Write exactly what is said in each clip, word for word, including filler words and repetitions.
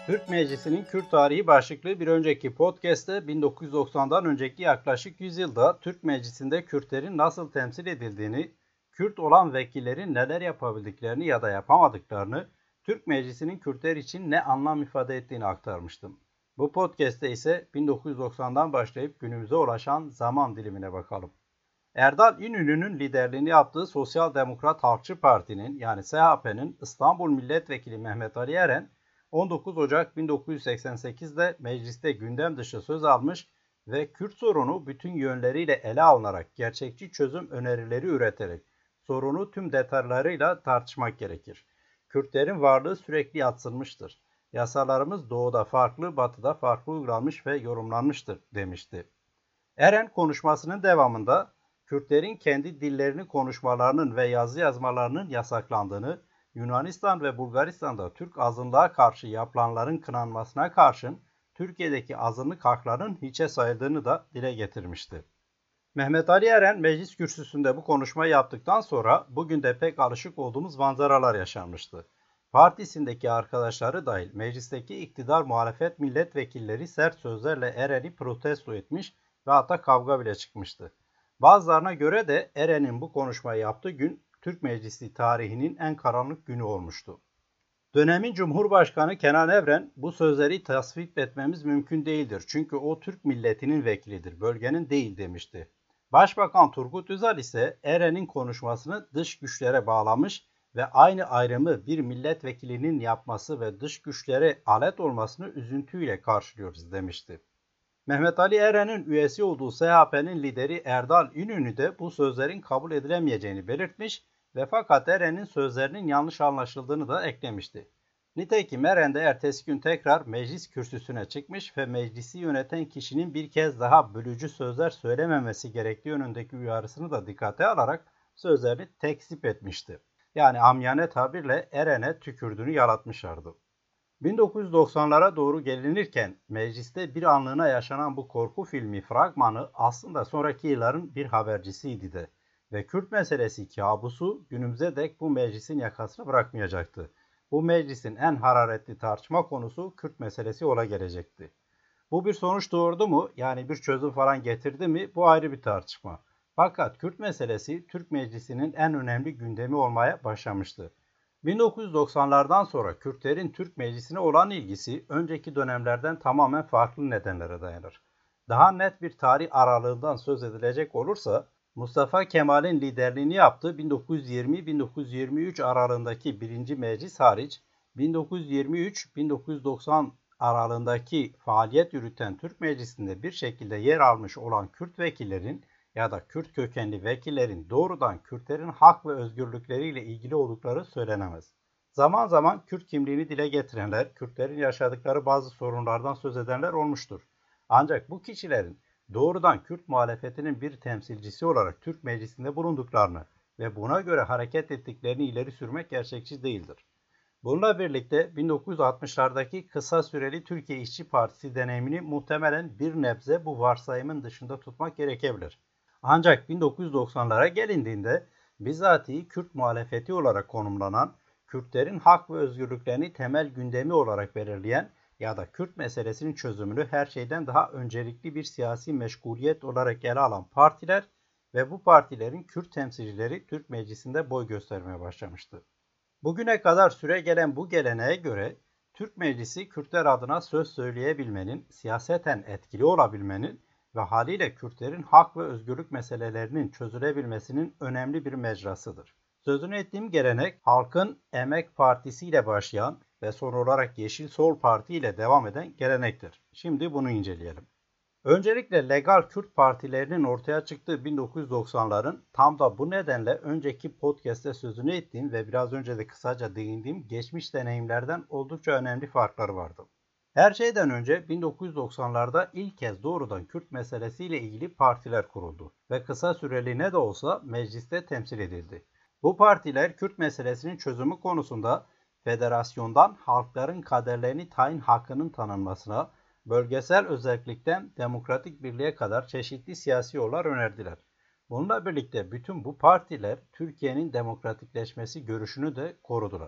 Türk Meclisi'nin Kürt tarihi başlıklı bir önceki podcast'te bin dokuz yüz doksandan önceki yaklaşık yüz yılda Türk Meclisi'nde Kürtlerin nasıl temsil edildiğini, Kürt olan vekillerin neler yapabildiklerini ya da yapamadıklarını, Türk Meclisi'nin Kürtler için ne anlam ifade ettiğini aktarmıştım. Bu podcast'te ise bin dokuz yüz doksandan başlayıp günümüze ulaşan zaman dilimine bakalım. Erdal İnönü'nün liderliğini yaptığı Sosyal Demokrat Halkçı Parti'nin yani S H P'nin İstanbul Milletvekili Mehmet Ali Eren, on dokuz Ocak bin dokuz yüz seksen sekiz'de mecliste gündem dışı söz almış ve Kürt sorunu bütün yönleriyle ele alınarak gerçekçi çözüm önerileri üreterek sorunu tüm detaylarıyla tartışmak gerekir. Kürtlerin varlığı sürekli yadsınmıştır. Yasalarımız doğuda farklı, batıda farklı uygulanmış ve yorumlanmıştır demişti. Eren konuşmasının devamında Kürtlerin kendi dillerini konuşmalarının ve yazı yazmalarının yasaklandığını, Yunanistan ve Bulgaristan'da Türk azınlığa karşı yapılanların kınanmasına karşın Türkiye'deki azınlık haklarının hiçe sayıldığını da dile getirmişti. Mehmet Ali Eren meclis kürsüsünde bu konuşmayı yaptıktan sonra bugün de pek alışık olduğumuz manzaralar yaşanmıştı. Partisindeki arkadaşları dahil meclisteki iktidar muhalefet milletvekilleri sert sözlerle Eren'i protesto etmiş ve hatta kavga bile çıkmıştı. Bazılarına göre de Eren'in bu konuşmayı yaptığı gün Türk Meclisi tarihinin en karanlık günü olmuştu. Dönemin Cumhurbaşkanı Kenan Evren bu sözleri tasvip etmemiz mümkün değildir. Çünkü o Türk milletinin vekilidir, bölgenin değil demişti. Başbakan Turgut Özal ise Eren'in konuşmasını dış güçlere bağlamış ve aynı ayrımı bir milletvekilinin yapması ve dış güçlere alet olmasını üzüntüyle karşılıyoruz demişti. Mehmet Ali Eren'in üyesi olduğu S H P'nin lideri Erdal İnönü de bu sözlerin kabul edilemeyeceğini belirtmiş ve fakat Eren'in sözlerinin yanlış anlaşıldığını da eklemişti. Nitekim Eren de ertesi gün tekrar meclis kürsüsüne çıkmış ve meclisi yöneten kişinin bir kez daha bölücü sözler söylememesi gerektiği yönündeki uyarısını da dikkate alarak sözlerini tekzip etmişti. Yani amiyane tabirle Eren'e tükürdüğünü yalatmışlardı. bin dokuz yüz doksanlara doğru gelinirken mecliste bir anlığına yaşanan bu korku filmi fragmanı aslında sonraki yılların bir habercisiydi de ve Kürt meselesi kabusu günümüze dek bu meclisin yakasını bırakmayacaktı. Bu meclisin en hararetli tartışma konusu Kürt meselesi ola gelecekti. Bu bir sonuç doğurdu mu, yani bir çözüm falan getirdi mi, bu ayrı bir tartışma. Fakat Kürt meselesi Türk Meclisi'nin en önemli gündemi olmaya başlamıştı. bin dokuz yüz doksanlardan sonra Kürtlerin Türk Meclisi'ne olan ilgisi önceki dönemlerden tamamen farklı nedenlere dayanır. Daha net bir tarih aralığından söz edilecek olursa, Mustafa Kemal'in liderliğini yaptığı bin dokuz yüz yirmi - bin dokuz yüz yirmi üç aralığındaki birinci Meclis hariç, bin dokuz yüz yirmi üç - bin dokuz yüz doksan aralığındaki faaliyet yürüten Türk Meclisi'nde bir şekilde yer almış olan Kürt vekillerin ya da Kürt kökenli vekillerin doğrudan Kürtlerin hak ve özgürlükleriyle ilgili oldukları söylenemez. Zaman zaman Kürt kimliğini dile getirenler, Kürtlerin yaşadıkları bazı sorunlardan söz edenler olmuştur. Ancak bu kişilerin doğrudan Kürt muhalefetinin bir temsilcisi olarak Türk Meclisi'nde bulunduklarını ve buna göre hareket ettiklerini ileri sürmek gerçekçi değildir. Bununla birlikte bin dokuz yüz altmışlardaki kısa süreli Türkiye İşçi Partisi deneyimini muhtemelen bir nebze bu varsayımın dışında tutmak gerekebilir. Ancak bin dokuz yüz doksanlara gelindiğinde bizatihi Kürt muhalefeti olarak konumlanan, Kürtlerin hak ve özgürlüklerini temel gündemi olarak belirleyen ya da Kürt meselesinin çözümünü her şeyden daha öncelikli bir siyasi meşguliyet olarak ele alan partiler ve bu partilerin Kürt temsilcileri Türk Meclisi'nde boy göstermeye başlamıştı. Bugüne kadar süregelen bu geleneğe göre Türk Meclisi Kürtler adına söz söyleyebilmenin, siyaseten etkili olabilmenin ve haliyle Kürtlerin hak ve özgürlük meselelerinin çözülebilmesinin önemli bir mecrasıdır. Sözünü ettiğim gelenek Halkın Emek Partisi ile başlayan ve son olarak Yeşil Sol Parti ile devam eden gelenektir. Şimdi bunu inceleyelim. Öncelikle legal Kürt partilerinin ortaya çıktığı bin dokuz yüz doksanların tam da bu nedenle önceki podcast'te sözünü ettiğim ve biraz önce de kısaca değindiğim geçmiş deneyimlerden oldukça önemli farkları vardı. Her şeyden önce bin dokuz yüz doksanlarda ilk kez doğrudan Kürt meselesiyle ilgili partiler kuruldu ve kısa süreliğine de olsa mecliste temsil edildi. Bu partiler Kürt meselesinin çözümü konusunda federasyondan halkların kaderlerini tayin hakkının tanınmasına, bölgesel özellikten demokratik birliğe kadar çeşitli siyasi yollar önerdiler. Bununla birlikte bütün bu partiler Türkiye'nin demokratikleşmesi görüşünü de korudular.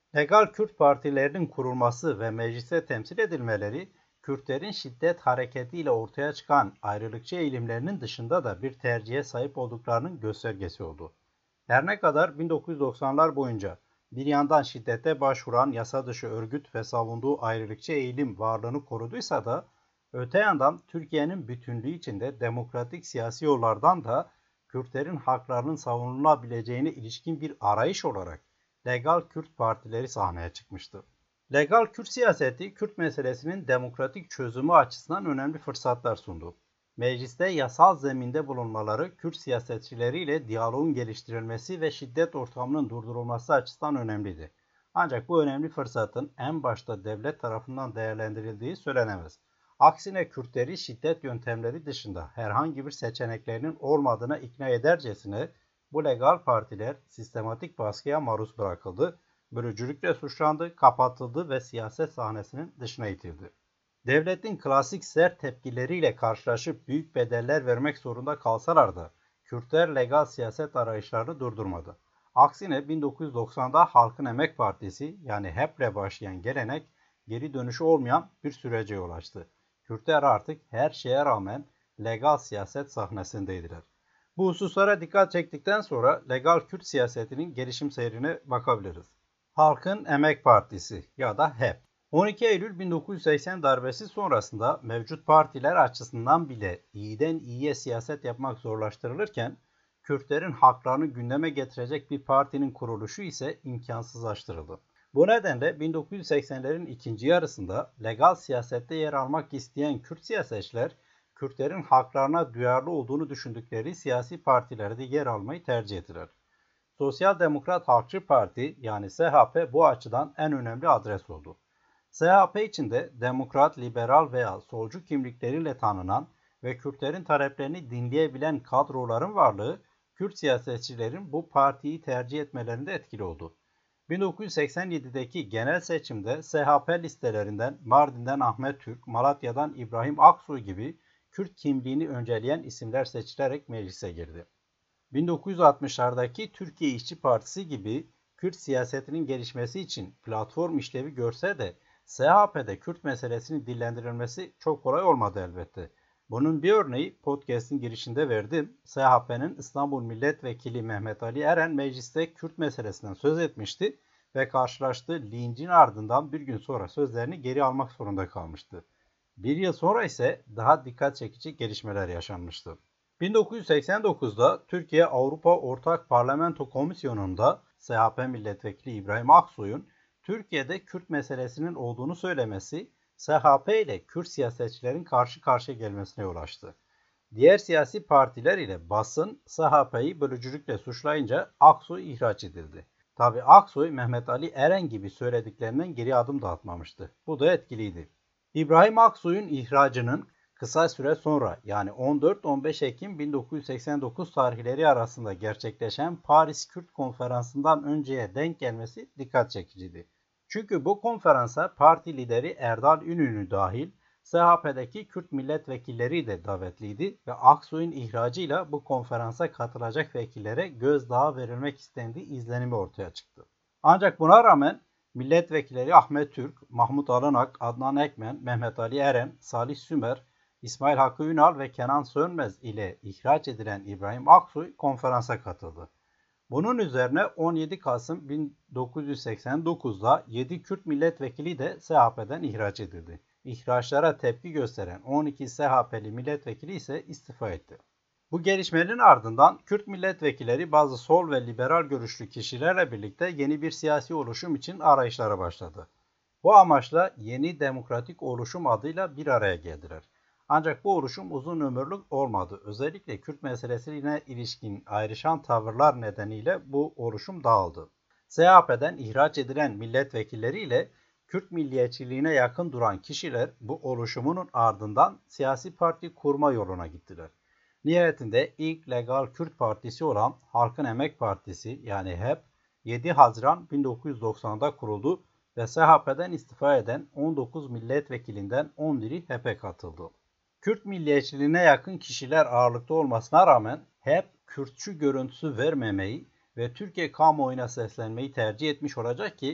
Legal Kürt partilerinin kurulması ve mecliste temsil edilmeleri, Kürtlerin şiddet hareketiyle ortaya çıkan ayrılıkçı eğilimlerinin dışında da bir tercihe sahip olduklarının göstergesi oldu. Her ne kadar bin dokuz yüz doksanlar boyunca bir yandan şiddete başvuran yasa dışı örgüt ve savunduğu ayrılıkçı eğilim varlığını koruduysa da, öte yandan Türkiye'nin bütünlüğü içinde demokratik siyasi yollardan da Kürtlerin haklarının savunulabileceğine ilişkin bir arayış olarak Legal Kürt partileri sahneye çıkmıştı. Legal Kürt siyaseti, Kürt meselesinin demokratik çözümü açısından önemli fırsatlar sundu. Mecliste yasal zeminde bulunmaları, Kürt siyasetçileriyle diyaloğun geliştirilmesi ve şiddet ortamının durdurulması açısından önemliydi. Ancak bu önemli fırsatın en başta devlet tarafından değerlendirildiği söylenemez. Aksine Kürtleri şiddet yöntemleri dışında herhangi bir seçeneklerinin olmadığına ikna edercesine bu legal partiler sistematik baskıya maruz bırakıldı, bölücülükle suçlandı, kapatıldı ve siyaset sahnesinin dışına itildi. Devletin klasik sert tepkileriyle karşılaşıp büyük bedeller vermek zorunda kalsalar da Kürtler legal siyaset arayışlarını durdurmadı. Aksine bin dokuz yüz doksanda Halkın Emek Partisi yani H E P'le başlayan gelenek geri dönüşü olmayan bir sürece yol açtı. Kürtler artık her şeye rağmen legal siyaset sahnesindeydiler. Bu hususlara dikkat çektikten sonra legal Kürt siyasetinin gelişim seyrine bakabiliriz. Halkın Emek Partisi ya da H E P on iki Eylül bin dokuz yüz seksen darbesi sonrasında mevcut partiler açısından bile iyiden iyiye siyaset yapmak zorlaştırılırken, Kürtlerin haklarını gündeme getirecek bir partinin kuruluşu ise imkansızlaştırıldı. Bu nedenle bin dokuz yüz seksenlerin ikinci yarısında legal siyasette yer almak isteyen Kürt siyasetçiler, Kürtlerin haklarına duyarlı olduğunu düşündükleri siyasi partilerde yer almayı tercih ettiler. Sosyal Demokrat Halkçı Parti yani S H P bu açıdan en önemli adres oldu. S H P içinde demokrat, liberal veya solcu kimlikleriyle tanınan ve Kürtlerin taleplerini dinleyebilen kadroların varlığı, Kürt siyasetçilerin bu partiyi tercih etmelerinde etkili oldu. bin dokuz yüz seksen yedideki genel seçimde S H P listelerinden Mardin'den Ahmet Türk, Malatya'dan İbrahim Aksoy gibi Kürt kimliğini önceleyen isimler seçilerek meclise girdi. bin dokuz yüz altmışlardaki Türkiye İşçi Partisi gibi Kürt siyasetinin gelişmesi için platform işlevi görse de S H P'de Kürt meselesinin dillendirilmesi çok kolay olmadı elbette. Bunun bir örneği podcast'in girişinde verdim. S H P'nin İstanbul Milletvekili Mehmet Ali Eren mecliste Kürt meselesinden söz etmişti ve karşılaştığı lincin ardından bir gün sonra sözlerini geri almak zorunda kalmıştı. Bir yıl sonra ise daha dikkat çekici gelişmeler yaşanmıştı. bin dokuz yüz seksen dokuzda Türkiye Avrupa Ortak Parlamento Komisyonu'nda S H P milletvekili İbrahim Aksoy'un Türkiye'de Kürt meselesinin olduğunu söylemesi, S H P ile Kürt siyasetçilerin karşı karşıya gelmesine yol açtı. Diğer siyasi partiler ile basın S H P'yi bölücülükle suçlayınca Aksoy ihraç edildi. Tabi Aksoy, Mehmet Ali Eren gibi söylediklerinden geri adım da atmamıştı. Bu da etkiliydi. İbrahim Aksoy'un ihracının kısa süre sonra yani on dört on beş Ekim bin dokuz yüz seksen dokuz tarihleri arasında gerçekleşen Paris Kürt Konferansı'ndan önceye denk gelmesi dikkat çekiciydi. Çünkü bu konferansa parti lideri Erdal Ünlü dahil S H P'deki Kürt milletvekilleri de davetliydi ve Aksoy'un ihracıyla bu konferansa katılacak vekillere gözdağı verilmek istendiği izlenimi ortaya çıktı. Ancak buna rağmen milletvekilleri Ahmet Türk, Mahmut Alınak, Adnan Ekmen, Mehmet Ali Eren, Salih Sümer, İsmail Hakkı Ünal ve Kenan Sönmez ile ihraç edilen İbrahim Aksoy konferansa katıldı. Bunun üzerine on yedi Kasım bin dokuz yüz seksen dokuzda yedi Kürt milletvekili de S H P'den ihraç edildi. İhraçlara tepki gösteren on iki S H P'li milletvekili ise istifa etti. Bu gelişmenin ardından Kürt milletvekilleri bazı sol ve liberal görüşlü kişilerle birlikte yeni bir siyasi oluşum için arayışlara başladı. Bu amaçla Yeni Demokratik Oluşum adıyla bir araya geldiler. Ancak bu oluşum uzun ömürlü olmadı. Özellikle Kürt meselesine ilişkin ayrışan tavırlar nedeniyle bu oluşum dağıldı. S H P'den ihraç edilen milletvekilleriyle Kürt milliyetçiliğine yakın duran kişiler bu oluşumunun ardından siyasi parti kurma yoluna gittiler. Nihayetinde ilk legal Kürt partisi olan Halkın Emek Partisi yani H E P yedi Haziran bin dokuz yüz doksanda kuruldu ve S H P'den istifa eden on dokuz milletvekilinden on biri H E P'e katıldı. Kürt milliyetçiliğine yakın kişiler ağırlıkta olmasına rağmen H E P Kürtçü görüntüsü vermemeyi ve Türkiye kamuoyuna seslenmeyi tercih etmiş olacak ki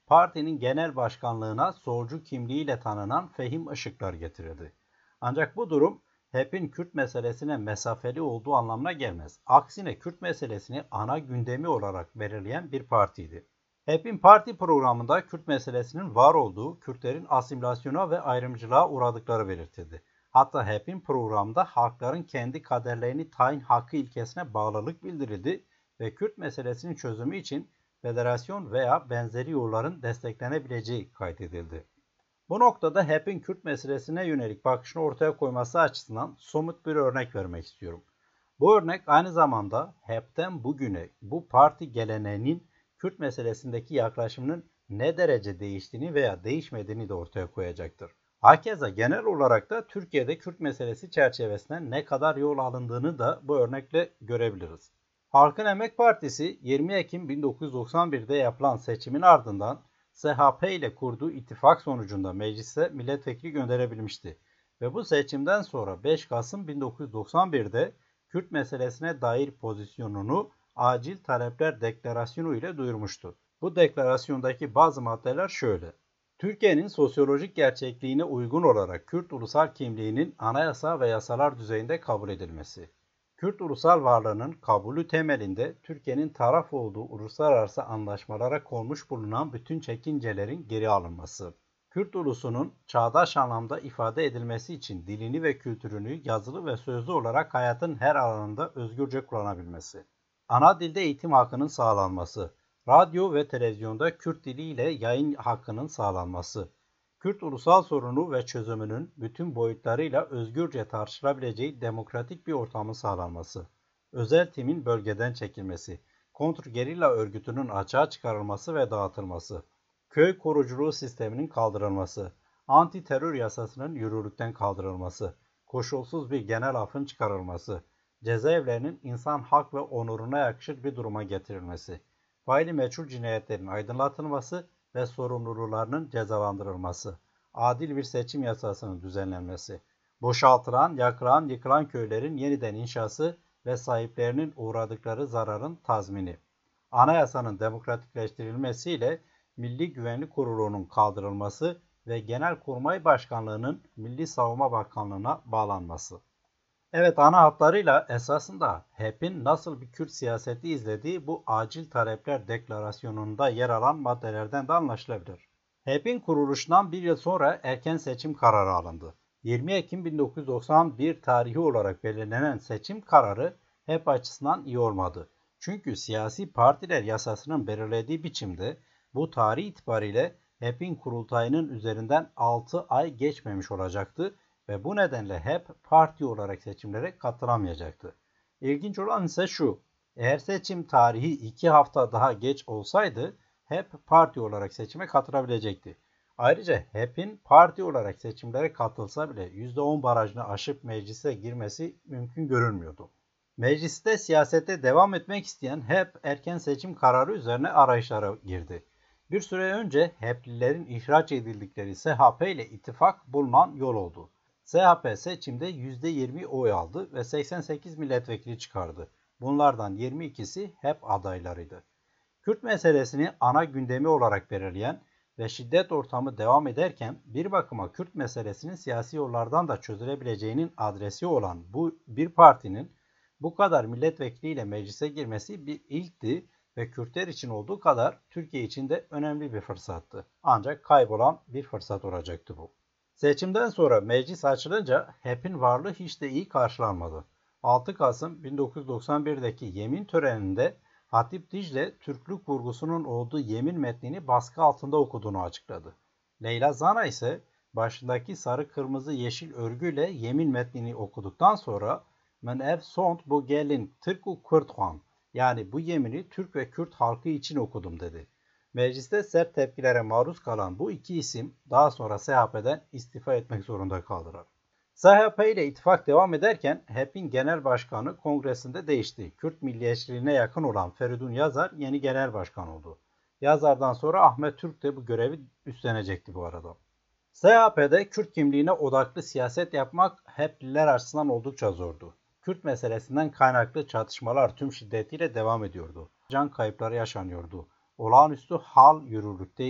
partinin genel başkanlığına solcu kimliğiyle tanınan Fehim Işıklar getirildi. Ancak bu durum H E P'in Kürt meselesine mesafeli olduğu anlamına gelmez. Aksine Kürt meselesini ana gündemi olarak belirleyen bir partiydi. H E P'in parti programında Kürt meselesinin var olduğu, Kürtlerin asimilasyona ve ayrımcılığa uğradıkları belirtildi. Hatta H E P'in programında halkların kendi kaderlerini tayin hakkı ilkesine bağlılık bildirildi ve Kürt meselesinin çözümü için federasyon veya benzeri yolların desteklenebileceği kaydedildi. Bu noktada H E P'in Kürt meselesine yönelik bakışını ortaya koyması açısından somut bir örnek vermek istiyorum. Bu örnek aynı zamanda H E P'ten bugüne bu parti geleneğinin Kürt meselesindeki yaklaşımının ne derece değiştiğini veya değişmediğini de ortaya koyacaktır. Hakeza genel olarak da Türkiye'de Kürt meselesi çerçevesinde ne kadar yol alındığını da bu örnekle görebiliriz. Halkın Emek Partisi yirmi Ekim bin dokuz yüz doksan bir'de yapılan seçimin ardından S H P ile kurduğu ittifak sonucunda meclise milletvekili gönderebilmişti. Ve bu seçimden sonra beş Kasım bin dokuz yüz doksan bir'de Kürt meselesine dair pozisyonunu acil talepler deklarasyonu ile duyurmuştu. Bu deklarasyondaki bazı maddeler şöyle. Türkiye'nin sosyolojik gerçekliğine uygun olarak Kürt ulusal kimliğinin anayasa ve yasalar düzeyinde kabul edilmesi. Kürt ulusal varlığının kabulü temelinde Türkiye'nin taraf olduğu uluslararası anlaşmalara konmuş bulunan bütün çekincelerin geri alınması. Kürt ulusunun çağdaş anlamda ifade edilmesi için dilini ve kültürünü yazılı ve sözlü olarak hayatın her alanında özgürce kullanabilmesi. Ana dilde eğitim hakkının sağlanması. Radyo ve televizyonda Kürt diliyle yayın hakkının sağlanması. Kürt ulusal sorunu ve çözümünün bütün boyutlarıyla özgürce tartışılabileceği demokratik bir ortamın sağlanması. Özel timin bölgeden çekilmesi. Kontrgerilla örgütünün açığa çıkarılması ve dağıtılması. Köy koruculuğu sisteminin kaldırılması. Anti terör yasasının yürürlükten kaldırılması. Koşulsuz bir genel affın çıkarılması. Cezaevlerinin insan hak ve onuruna yakışır bir duruma getirilmesi. Faili meçhul cinayetlerin aydınlatılması ve sorumlularının cezalandırılması, adil bir seçim yasasının düzenlenmesi, boşaltılan, yakılan, yıkılan köylerin yeniden inşası ve sahiplerinin uğradıkları zararın tazmini, anayasanın demokratikleştirilmesiyle Milli Güvenlik Kurulu'nun kaldırılması ve Genelkurmay Başkanlığı'nın Milli Savunma Bakanlığı'na bağlanması. Evet, ana hatlarıyla esasında H E P'in nasıl bir Kürt siyaseti izlediği bu acil talepler deklarasyonunda yer alan maddelerden de anlaşılabilir. H E P'in kuruluşundan bir yıl sonra erken seçim kararı alındı. yirmi Ekim bin dokuz yüz doksan bir tarihi olarak belirlenen seçim kararı H E P açısından iyi olmadı. Çünkü siyasi partiler yasasının belirlediği biçimde bu tarih itibariyle H E P'in kurultayının üzerinden altı ay geçmemiş olacaktı. Ve bu nedenle H E P parti olarak seçimlere katılamayacaktı. İlginç olan ise şu, eğer seçim tarihi iki hafta daha geç olsaydı H E P parti olarak seçime katılabilecekti. Ayrıca H E P'in parti olarak seçimlere katılsa bile yüzde on barajını aşıp meclise girmesi mümkün görünmüyordu. Mecliste siyasete devam etmek isteyen H E P erken seçim kararı üzerine arayışlara girdi. Bir süre önce H E P'lilerin ihraç edildikleri S H P ile ittifak bulunan yol oldu. S H P seçimde yüzde yirmi oy aldı ve seksen sekiz milletvekili çıkardı. Bunlardan yirmi ikisi H E P adaylarıydı. Kürt meselesini ana gündemi olarak belirleyen ve şiddet ortamı devam ederken bir bakıma Kürt meselesinin siyasi yollardan da çözülebileceğinin adresi olan bu bir partinin bu kadar milletvekiliyle meclise girmesi bir ilkti ve Kürtler için olduğu kadar Türkiye için de önemli bir fırsattı. Ancak kaybolan bir fırsat olacaktı bu. Seçimden sonra meclis açılınca H E P'in varlığı hiç de iyi karşılanmadı. altı Kasım bin dokuz yüz doksan bir'deki yemin töreninde Hatip Dicle, Türklük vurgusunun olduğu yemin metnini baskı altında okuduğunu açıkladı. Leyla Zana ise başındaki sarı kırmızı yeşil örgüyle yemin metnini okuduktan sonra "Men ev sont bu gelin Türk-u Kürthan" yani bu yemini Türk ve Kürt halkı için okudum dedi. Mecliste sert tepkilere maruz kalan bu iki isim daha sonra S H P'den istifa etmek zorunda kaldılar. S H P ile ittifak devam ederken H E P'in genel başkanı kongresinde değişti. Kürt milliyetçiliğine yakın olan Feridun Yazar yeni genel başkan oldu. Yazar'dan sonra Ahmet Türk de bu görevi üstlenecekti bu arada. S H P'de Kürt kimliğine odaklı siyaset yapmak H E P'liler açısından oldukça zordu. Kürt meselesinden kaynaklı çatışmalar tüm şiddetiyle devam ediyordu. Can kayıpları yaşanıyordu. Olağanüstü hal yürürlükteydi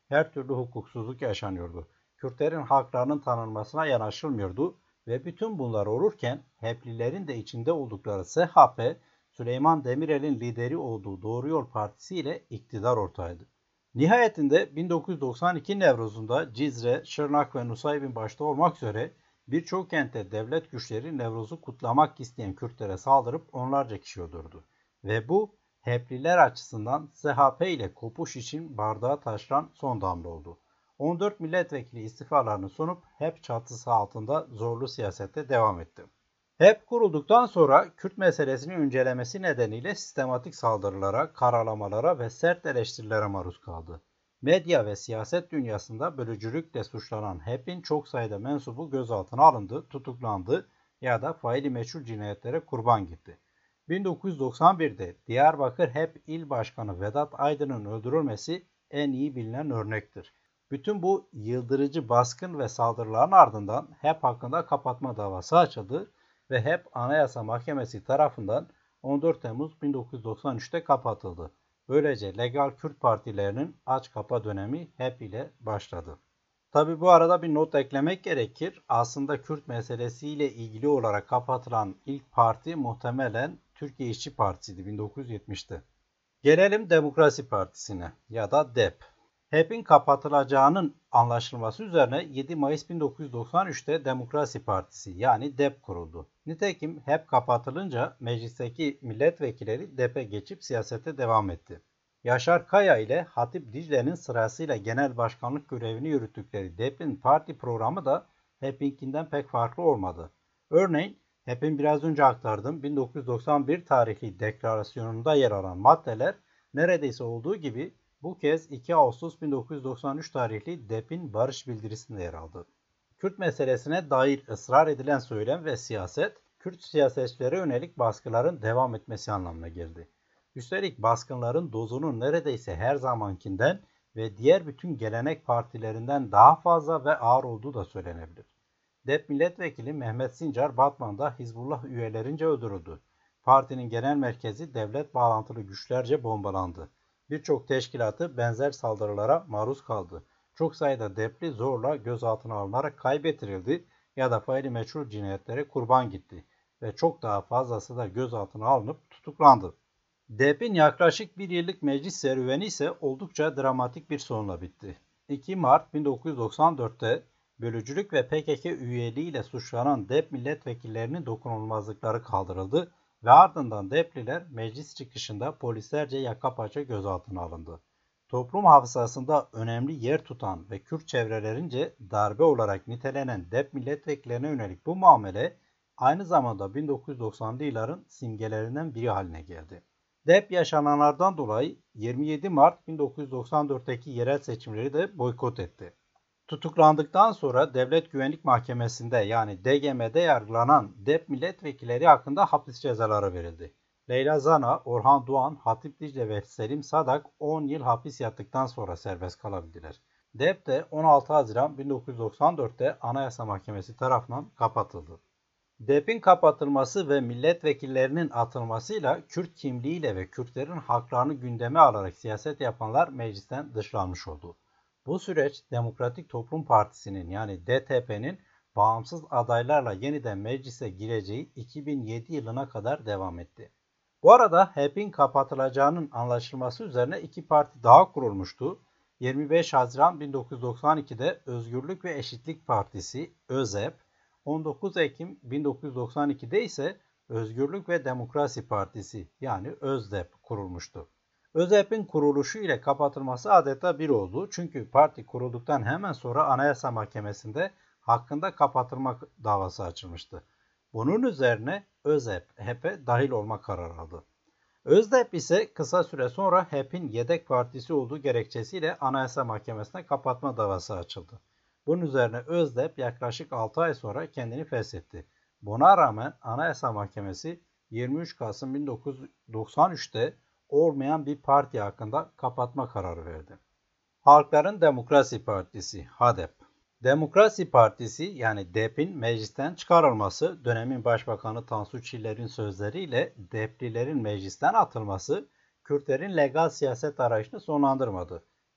her türlü hukuksuzluk yaşanıyordu. Kürtlerin haklarının tanınmasına yanaşılmıyordu ve bütün bunlar olurken Heplilerin de içinde oldukları S H P, Süleyman Demirel'in lideri olduğu Doğru Yol Partisi ile iktidar ortağıydı. Nihayetinde bin dokuz yüz doksan iki Nevruz'unda Cizre, Şırnak ve Nusaybin başta olmak üzere birçok kentte devlet güçleri Nevruz'u kutlamak isteyen Kürtlere saldırıp onlarca kişi öldürdü. Ve bu Hepliler açısından S H P ile kopuş için bardağa taşıran son damla oldu. on dört milletvekili istifalarını sunup H E P çatısı altında zorlu siyasette devam etti. H E P kurulduktan sonra Kürt meselesini incelemesi nedeniyle sistematik saldırılara, karalamalara ve sert eleştirilere maruz kaldı. Medya ve siyaset dünyasında bölücülükle suçlanan H E P'in çok sayıda mensubu gözaltına alındı, tutuklandı ya da faili meçhul cinayetlere kurban gitti. bin dokuz yüz doksan birde Diyarbakır H E P İl Başkanı Vedat Aydın'ın öldürülmesi en iyi bilinen örnektir. Bütün bu yıldırıcı baskın ve saldırıların ardından H E P hakkında kapatma davası açıldı ve H E P Anayasa Mahkemesi tarafından on dört Temmuz bin dokuz yüz doksan üçte kapatıldı. Böylece legal Kürt partilerinin aç kapa dönemi H E P ile başladı. Tabi bu arada bir not eklemek gerekir. Aslında Kürt meselesiyle ilgili olarak kapatılan ilk parti muhtemelen Türkiye İşçi Partisi'ydi bin dokuz yüz yetmişte. Gelelim Demokrasi Partisi'ne ya da D E P. H E P'in kapatılacağının anlaşılması üzerine yedi Mayıs bin dokuz yüz doksan üçte Demokrasi Partisi yani D E P kuruldu. Nitekim H E P kapatılınca meclisteki milletvekilleri D E P'e geçip siyasete devam etti. Yaşar Kaya ile Hatip Dicle'nin sırasıyla genel başkanlık görevini yürüttükleri D E P'in parti programı da H E P'inkinden pek farklı olmadı. Örneğin H E P'in biraz önce aktardığım bin dokuz yüz doksan bir tarihli deklarasyonunda yer alan maddeler neredeyse olduğu gibi bu kez iki Ağustos bin dokuz yüz doksan üç tarihli D E P'in barış bildirisinde yer aldı. Kürt meselesine dair ısrar edilen söylem ve siyaset, Kürt siyasetçilere yönelik baskıların devam etmesi anlamına geldi. Üstelik baskınların dozunun neredeyse her zamankinden ve diğer bütün gelenek partilerinden daha fazla ve ağır olduğu da söylenebilir. D E P milletvekili Mehmet Sincar Batman'da Hizbullah üyelerince öldürüldü. Partinin genel merkezi devlet bağlantılı güçlerce bombalandı. Birçok teşkilatı benzer saldırılara maruz kaldı. Çok sayıda D E P'li zorla gözaltına alınarak kaybettirildi ya da faili meçhul cinayetlere kurban gitti ve çok daha fazlası da gözaltına alınıp tutuklandı. D E P'in yaklaşık bir yıllık meclis serüveni ise oldukça dramatik bir sonla bitti. iki Mart bin dokuz yüz doksan dörtte bölücülük ve P K K üyeliğiyle suçlanan D E P milletvekillerinin dokunulmazlıkları kaldırıldı ve ardından D E P'liler meclis çıkışında polislerce yaka paça gözaltına alındı. Toplum hafızasında önemli yer tutan ve Kürt çevrelerince darbe olarak nitelenen D E P milletvekillerine yönelik bu muamele aynı zamanda bin dokuz yüz doksanlı yılların simgelerinden biri haline geldi. D E P yaşananlardan dolayı yirmi yedi Mart bin dokuz yüz doksan dörtteki yerel seçimleri de boykot etti. Tutuklandıktan sonra Devlet Güvenlik Mahkemesi'nde yani D G M'de yargılanan D E P milletvekilleri hakkında hapis cezaları verildi. Leyla Zana, Orhan Doğan, Hatip Dicle ve Selim Sadak on yıl hapis yattıktan sonra serbest kalabildiler. D E P de on altı Haziran bin dokuz yüz doksan dörtte Anayasa Mahkemesi tarafından kapatıldı. D E P'in kapatılması ve milletvekillerinin atılmasıyla Kürt kimliğiyle ve Kürtlerin haklarını gündeme alarak siyaset yapanlar meclisten dışlanmış oldu. Bu süreç Demokratik Toplum Partisi'nin yani D T P'nin bağımsız adaylarla yeniden meclise gireceği iki bin yedi yılına kadar devam etti. Bu arada H E P'in kapatılacağının anlaşılması üzerine iki parti daha kurulmuştu. yirmi beş Haziran bin dokuz yüz doksan ikide Özgürlük ve Eşitlik Partisi ÖZEP, on dokuz Ekim bin dokuz yüz doksan ikide ise Özgürlük ve Demokrasi Partisi yani ÖZDEP kurulmuştu. ÖZEP'in kuruluşu ile kapatılması adeta bir oldu. Çünkü parti kurulduktan hemen sonra Anayasa Mahkemesi'nde hakkında kapatılma davası açılmıştı. Bunun üzerine ÖZEP, H E P'e dahil olma kararı aldı. ÖZDEP ise kısa süre sonra H E P'in yedek partisi olduğu gerekçesiyle Anayasa Mahkemesi'ne kapatma davası açıldı. Bunun üzerine ÖZDEP yaklaşık altı ay sonra kendini feshetti. Buna rağmen Anayasa Mahkemesi yirmi üç Kasım bin dokuz yüz doksan üçte olmayan bir parti hakkında kapatma kararı verdi. Halkların Demokrasi Partisi H D P. Demokrasi Partisi yani D E P'in meclisten çıkarılması, dönemin Başbakanı Tansu Çiller'in sözleriyle D E P'lilerin meclisten atılması, Kürtlerin legal siyaset arayışını sonlandırmadı.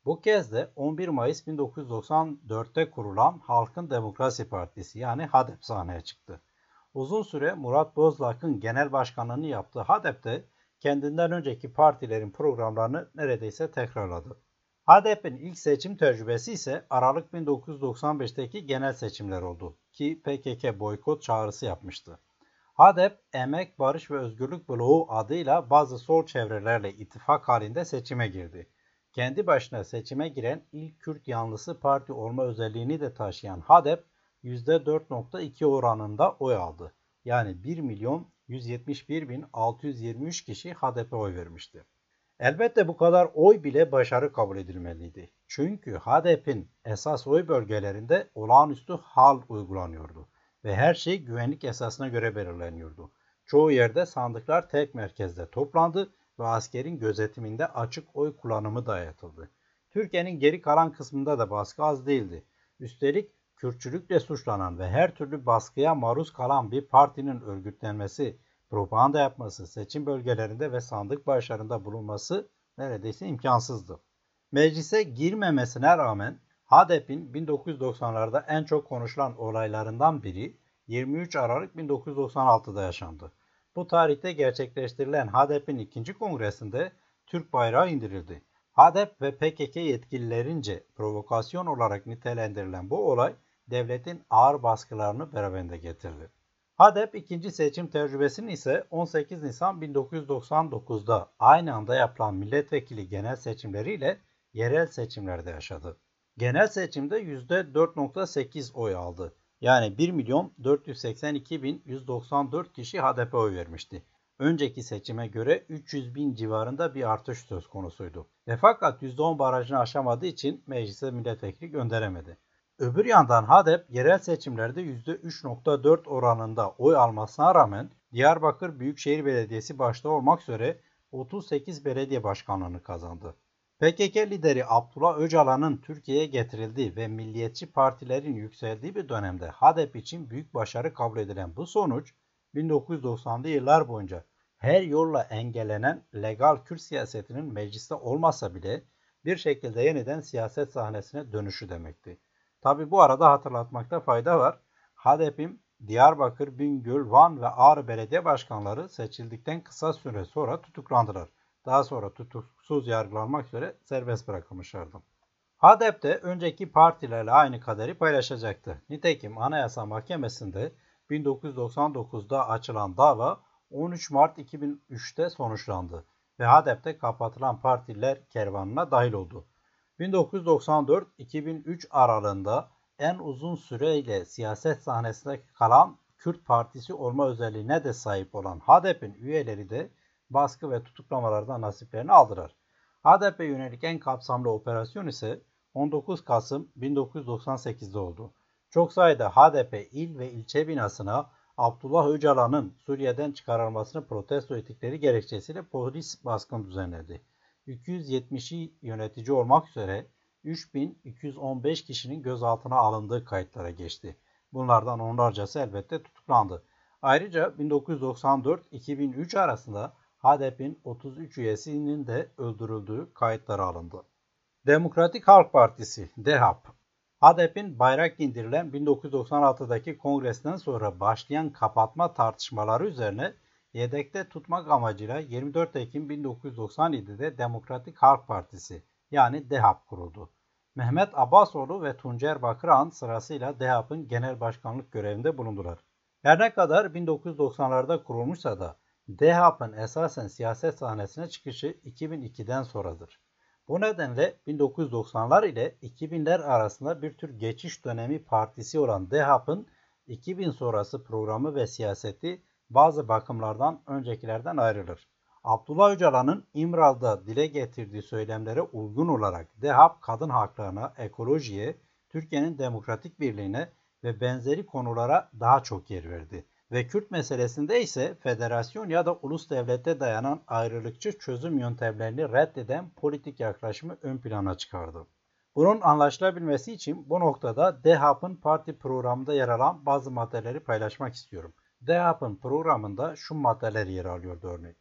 Bu kez de on bir Mayıs bin dokuz yüz doksan dörtte kurulan Halkın Demokrasi Partisi yani HADEP sahneye çıktı. Uzun süre Murat Bozlak'ın genel başkanlığını yaptığı HADEP'te kendinden önceki partilerin programlarını neredeyse tekrarladı. HADEP'in ilk seçim tecrübesi ise Aralık bin dokuz yüz doksan beşteki genel seçimler oldu ki P K K boykot çağrısı yapmıştı. HADEP, Emek, Barış ve Özgürlük Bloğu adıyla bazı sol çevrelerle ittifak halinde seçime girdi. Kendi başına seçime giren ilk Kürt yanlısı parti olma özelliğini de taşıyan HADEP, yüzde dört virgül iki oranında oy aldı. Yani bir milyon yüz yetmiş bir bin altı yüz yirmi üç kişi HADEP'e oy vermişti. Elbette bu kadar oy bile başarı kabul edilmeliydi. Çünkü HADEP'in esas oy bölgelerinde olağanüstü hal uygulanıyordu ve her şey güvenlik esasına göre belirleniyordu. Çoğu yerde sandıklar tek merkezde toplandı ve askerin gözetiminde açık oy kullanımı dayatıldı. Türkiye'nin geri kalan kısmında da baskı az değildi. Üstelik Kürtçülükle suçlanan ve her türlü baskıya maruz kalan bir partinin örgütlenmesi, propaganda yapması, seçim bölgelerinde ve sandık başlarında bulunması neredeyse imkansızdı. Meclise girmemesine rağmen HADEP'in bin dokuz yüz doksanlarda en çok konuşulan olaylarından biri yirmi üç Aralık bin dokuz yüz doksan altıda yaşandı. Bu tarihte gerçekleştirilen HADEP'in ikinci kongresinde Türk bayrağı indirildi. HADEP ve P K K yetkililerince provokasyon olarak nitelendirilen bu olay devletin ağır baskılarını beraberinde getirdi. HADEP ikinci seçim tecrübesini ise on sekiz Nisan bin dokuz yüz doksan dokuzda aynı anda yapılan milletvekili genel seçimleriyle yerel seçimlerde yaşadı. Genel seçimde yüzde dört virgül sekiz oy aldı. Yani bir milyon dört yüz seksen iki bin yüz doksan dört kişi HADEP'e oy vermişti. Önceki seçime göre üç yüz bin civarında bir artış söz konusuydu. Ve fakat yüzde on barajını aşamadığı için meclise milletvekili gönderemedi. Öbür yandan HADEP yerel seçimlerde yüzde üç virgül dört oranında oy almasına rağmen Diyarbakır Büyükşehir Belediyesi başta olmak üzere otuz sekiz belediye başkanlığını kazandı. P K K lideri Abdullah Öcalan'ın Türkiye'ye getirildiği ve milliyetçi partilerin yükseldiği bir dönemde HADEP için büyük başarı kabul edilen bu sonuç bin dokuz yüz doksanlı yıllar boyunca her yolla engellenen legal Kürt siyasetinin mecliste olmasa bile bir şekilde yeniden siyaset sahnesine dönüşü demekti. Tabi bu arada hatırlatmakta fayda var. HADEP'in Diyarbakır, Bingöl, Van ve Ağrı belediye başkanları seçildikten kısa süre sonra tutuklandılar. Daha sonra tutuksuz yargılanmak üzere serbest bırakılmışlardı. HADEP de önceki partilerle aynı kaderi paylaşacaktı. Nitekim Anayasa Mahkemesi'nde bin dokuz yüz doksan dokuzda açılan dava on üç Mart iki bin üçte sonuçlandı ve HADEP'te kapatılan partiler kervanına dahil oldu. bin dokuz yüz doksan dört iki bin üç aralığında en uzun süreyle siyaset sahnesinde kalan Kürt Partisi olma özelliğine de sahip olan HADEP'in üyeleri de baskı ve tutuklamalardan nasiplerini aldılar. HADEP'e yönelik en kapsamlı operasyon ise on dokuz Kasım bin dokuz yüz doksan sekizde oldu. Çok sayıda HADEP il ve ilçe binasına Abdullah Öcalan'ın Suriye'den çıkarılmasını protesto ettikleri gerekçesiyle polis baskın düzenledi. iki yüz yetmişi yönetici olmak üzere üç bin iki yüz on beş kişinin gözaltına alındığı kayıtlara geçti. Bunlardan onlarcası elbette tutuklandı. Ayrıca bin dokuz yüz doksan dört iki bin üç arasında HADEP'in otuz üç üyesinin de öldürüldüğü kayıtlara alındı. Demokratik Halk Partisi D H A P HADEP'in bayrak indirilen bin dokuz yüz doksan altıdaki kongresinden sonra başlayan kapatma tartışmaları üzerine yedekte tutmak amacıyla yirmi dört Ekim bin dokuz yüz doksan yedi'de Demokratik Halk Partisi yani D H A P kuruldu. Mehmet Abbasoğlu ve Tuncer Bakırhan sırasıyla D H A P'ın genel başkanlık görevinde bulundular. Her ne kadar bin dokuz yüz doksanlarda kurulmuşsa da D H A P'ın esasen siyaset sahnesine çıkışı iki bin iki'den sonradır. Bu nedenle bin dokuz yüz doksanlar ile iki binler arasında bir tür geçiş dönemi partisi olan D H A P'ın iki bin sonrası programı ve siyaseti bazı bakımlardan öncekilerden ayrılır. Abdullah Öcalan'ın İmralı'da dile getirdiği söylemlere uygun olarak D H A P kadın haklarına, ekolojiye, Türkiye'nin demokratik birliğine ve benzeri konulara daha çok yer verdi. Ve Kürt meselesinde ise federasyon ya da ulus devlete dayanan ayrılıkçı çözüm yöntemlerini reddeden politik yaklaşımı ön plana çıkardı. Bunun anlaşılabilmesi için bu noktada D H A P'ın parti programında yer alan bazı maddeleri paylaşmak istiyorum. D H A P'ın programında şu maddeler yer alıyordu örneğin.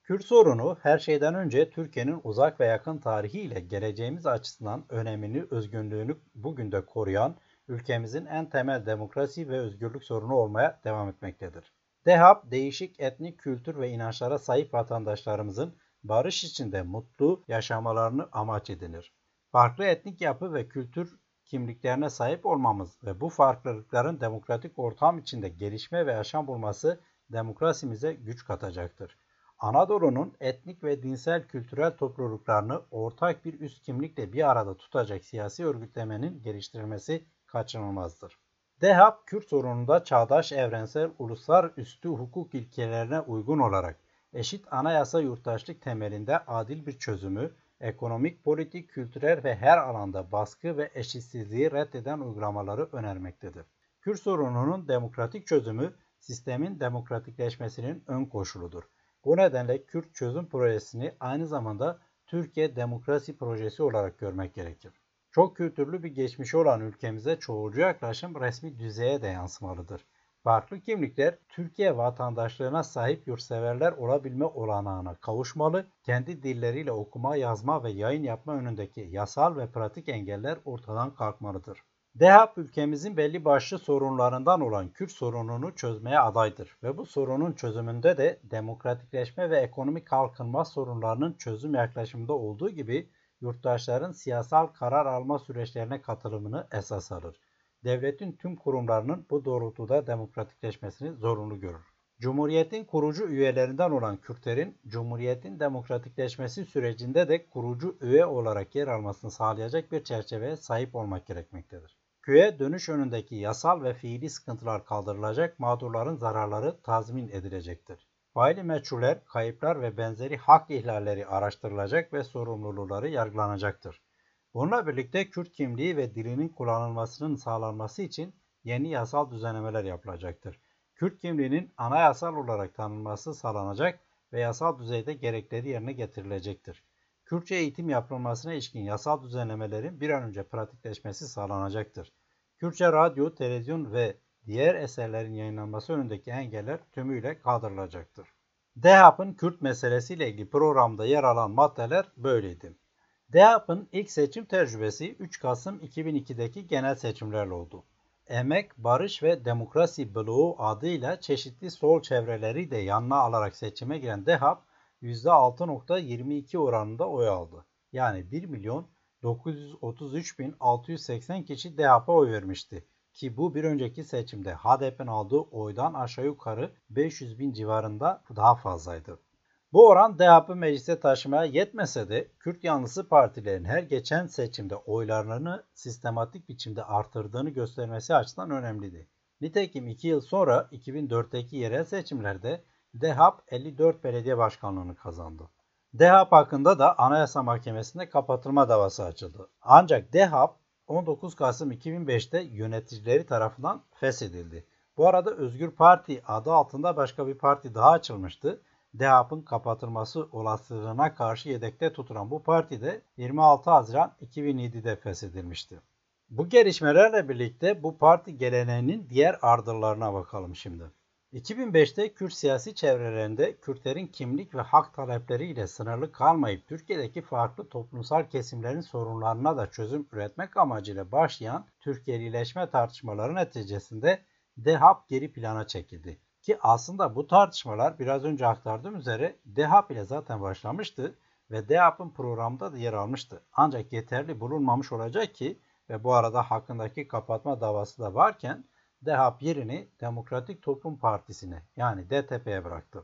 Kürt sorunu her şeyden önce Türkiye'nin uzak ve yakın tarihiyle geleceğimiz açısından önemini, özgünlüğünü bugün de koruyan ülkemizin en temel demokrasi ve özgürlük sorunu olmaya devam etmektedir. DEHAP, değişik etnik, kültür ve inançlara sahip vatandaşlarımızın barış içinde mutlu yaşamalarını amaç edinir. Farklı etnik yapı ve kültür kimliklerine sahip olmamız ve bu farklılıkların demokratik ortam içinde gelişme ve yaşam bulması demokrasimize güç katacaktır. Anadolu'nun etnik ve dinsel kültürel topluluklarını ortak bir üst kimlikle bir arada tutacak siyasi örgütlemenin geliştirilmesi kaçınılmazdır. DEHAP, Kürt sorununda çağdaş, evrensel, uluslararası hukuk ilkelerine uygun olarak eşit anayasa yurttaşlık temelinde adil bir çözümü, ekonomik, politik, kültürel ve her alanda baskı ve eşitsizliği reddeden uygulamaları önermektedir. Kürt sorununun demokratik çözümü, sistemin demokratikleşmesinin ön koşuludur. Bu nedenle Kürt çözüm projesini aynı zamanda Türkiye Demokrasi Projesi olarak görmek gerekir. Çok kültürlü bir geçmişi olan ülkemize çoğulcu yaklaşım resmi düzeye de yansımalıdır. Farklı kimlikler Türkiye vatandaşlığına sahip yurtseverler olabilme olanağına kavuşmalı, kendi dilleriyle okuma, yazma ve yayın yapma önündeki yasal ve pratik engeller ortadan kalkmalıdır. DEHAP ülkemizin belli başlı sorunlarından olan Kürt sorununu çözmeye adaydır ve bu sorunun çözümünde de demokratikleşme ve ekonomik kalkınma sorunlarının çözüm yaklaşımında olduğu gibi yurttaşların siyasal karar alma süreçlerine katılımını esas alır. Devletin tüm kurumlarının bu doğrultuda demokratikleşmesini zorunlu görür. Cumhuriyetin kurucu üyelerinden olan Kürtlerin, Cumhuriyetin demokratikleşmesi sürecinde de kurucu üye olarak yer almasını sağlayacak bir çerçeveye sahip olmak gerekmektedir. Köye dönüş önündeki yasal ve fiili sıkıntılar kaldırılacak, mağdurların zararları tazmin edilecektir. Faili meçhuller, kayıplar ve benzeri hak ihlalleri araştırılacak ve sorumluları yargılanacaktır. Bununla birlikte Kürt kimliği ve dilinin kullanılmasının sağlanması için yeni yasal düzenlemeler yapılacaktır. Kürt kimliğinin anayasal olarak tanınması sağlanacak ve yasal düzeyde gerekleri yerine getirilecektir. Kürtçe eğitim yapılmasına ilişkin yasal düzenlemelerin bir an önce pratikleşmesi sağlanacaktır. Kürtçe radyo, televizyon ve diğer eserlerin yayınlanması önündeki engeller tümüyle kaldırılacaktır. DEHAP'ın Kürt meselesiyle ilgili programda yer alan maddeler böyleydi. DEHAP'ın ilk seçim tecrübesi üç Kasım iki bin ikideki genel seçimlerle oldu. Emek, Barış ve Demokrasi Bloğu adıyla çeşitli sol çevreleri de yanına alarak seçime giren DEHAP yüzde altı nokta yirmi iki oranında oy aldı. Yani bir milyon dokuz yüz otuz üç bin altı yüz seksen kişi DEHAP'a oy vermişti. Ki bu bir önceki seçimde H D P'nin aldığı oydan aşağı yukarı beş yüz bin civarında daha fazlaydı. Bu oran DEHAP'ı meclise taşımaya yetmese de Kürt yanlısı partilerin her geçen seçimde oylarını sistematik biçimde artırdığını göstermesi açısından önemliydi. Nitekim iki yıl sonra iki bin dörtteki yerel seçimlerde DEHAP elli dört belediye başkanlığını kazandı. DEHAP hakkında da Anayasa Mahkemesi'nde kapatılma davası açıldı. Ancak DEHAP on dokuz Kasım iki bin beşte yöneticileri tarafından feshedildi. Bu arada Özgür Parti adı altında başka bir parti daha açılmıştı. DEHAP'ın kapatılması olasılığına karşı yedekte tutulan bu parti de yirmi altı Haziran iki bin yedide feshedilmişti. Bu gelişmelerle birlikte bu parti geleneğinin diğer ardıllarına bakalım şimdi. iki bin beşte Kürt siyasi çevrelerinde Kürtlerin kimlik ve hak talepleriyle sınırlı kalmayıp Türkiye'deki farklı toplumsal kesimlerin sorunlarına da çözüm üretmek amacıyla başlayan Türkiye'lileşme tartışmaları neticesinde DEHAP geri plana çekildi. Ki aslında bu tartışmalar biraz önce aktardığım üzere DEHAP ile zaten başlamıştı ve DEHAP'ın programında da yer almıştı. Ancak yeterli bulunmamış olacak ki ve bu arada hakkındaki kapatma davası da varken DEHAP yerini Demokratik Toplum Partisi'ne yani D T P'ye bıraktı.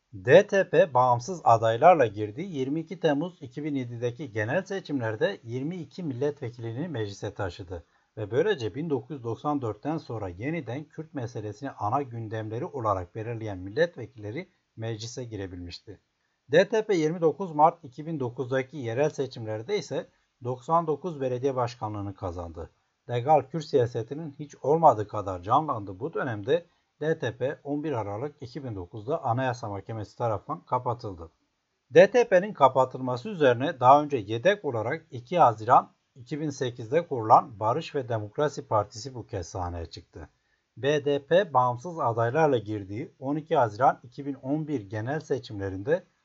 D T P bağımsız adaylarla girdiği yirmi iki Temmuz iki bin yedideki genel seçimlerde yirmi iki milletvekilini meclise taşıdı. Ve böylece bin dokuz yüz doksan dörtten sonra yeniden Kürt meselesini ana gündemleri olarak belirleyen milletvekilleri meclise girebilmişti. D T P yirmi dokuz Mart iki bin dokuzdaki yerel seçimlerde ise doksan dokuz belediye başkanlığını kazandı. Legal Kürt siyasetinin hiç olmadığı kadar canlandığı bu dönemde D T P on bir Aralık iki bin dokuzda Anayasa Mahkemesi tarafından kapatıldı. D T P'nin kapatılması üzerine daha önce yedek olarak iki Haziran iki bin sekizde kurulan Barış ve Demokrasi Partisi bu kez sahneye çıktı. B D P bağımsız adaylarla girdiği on iki Haziran iki bin on bir genel seçimlerinde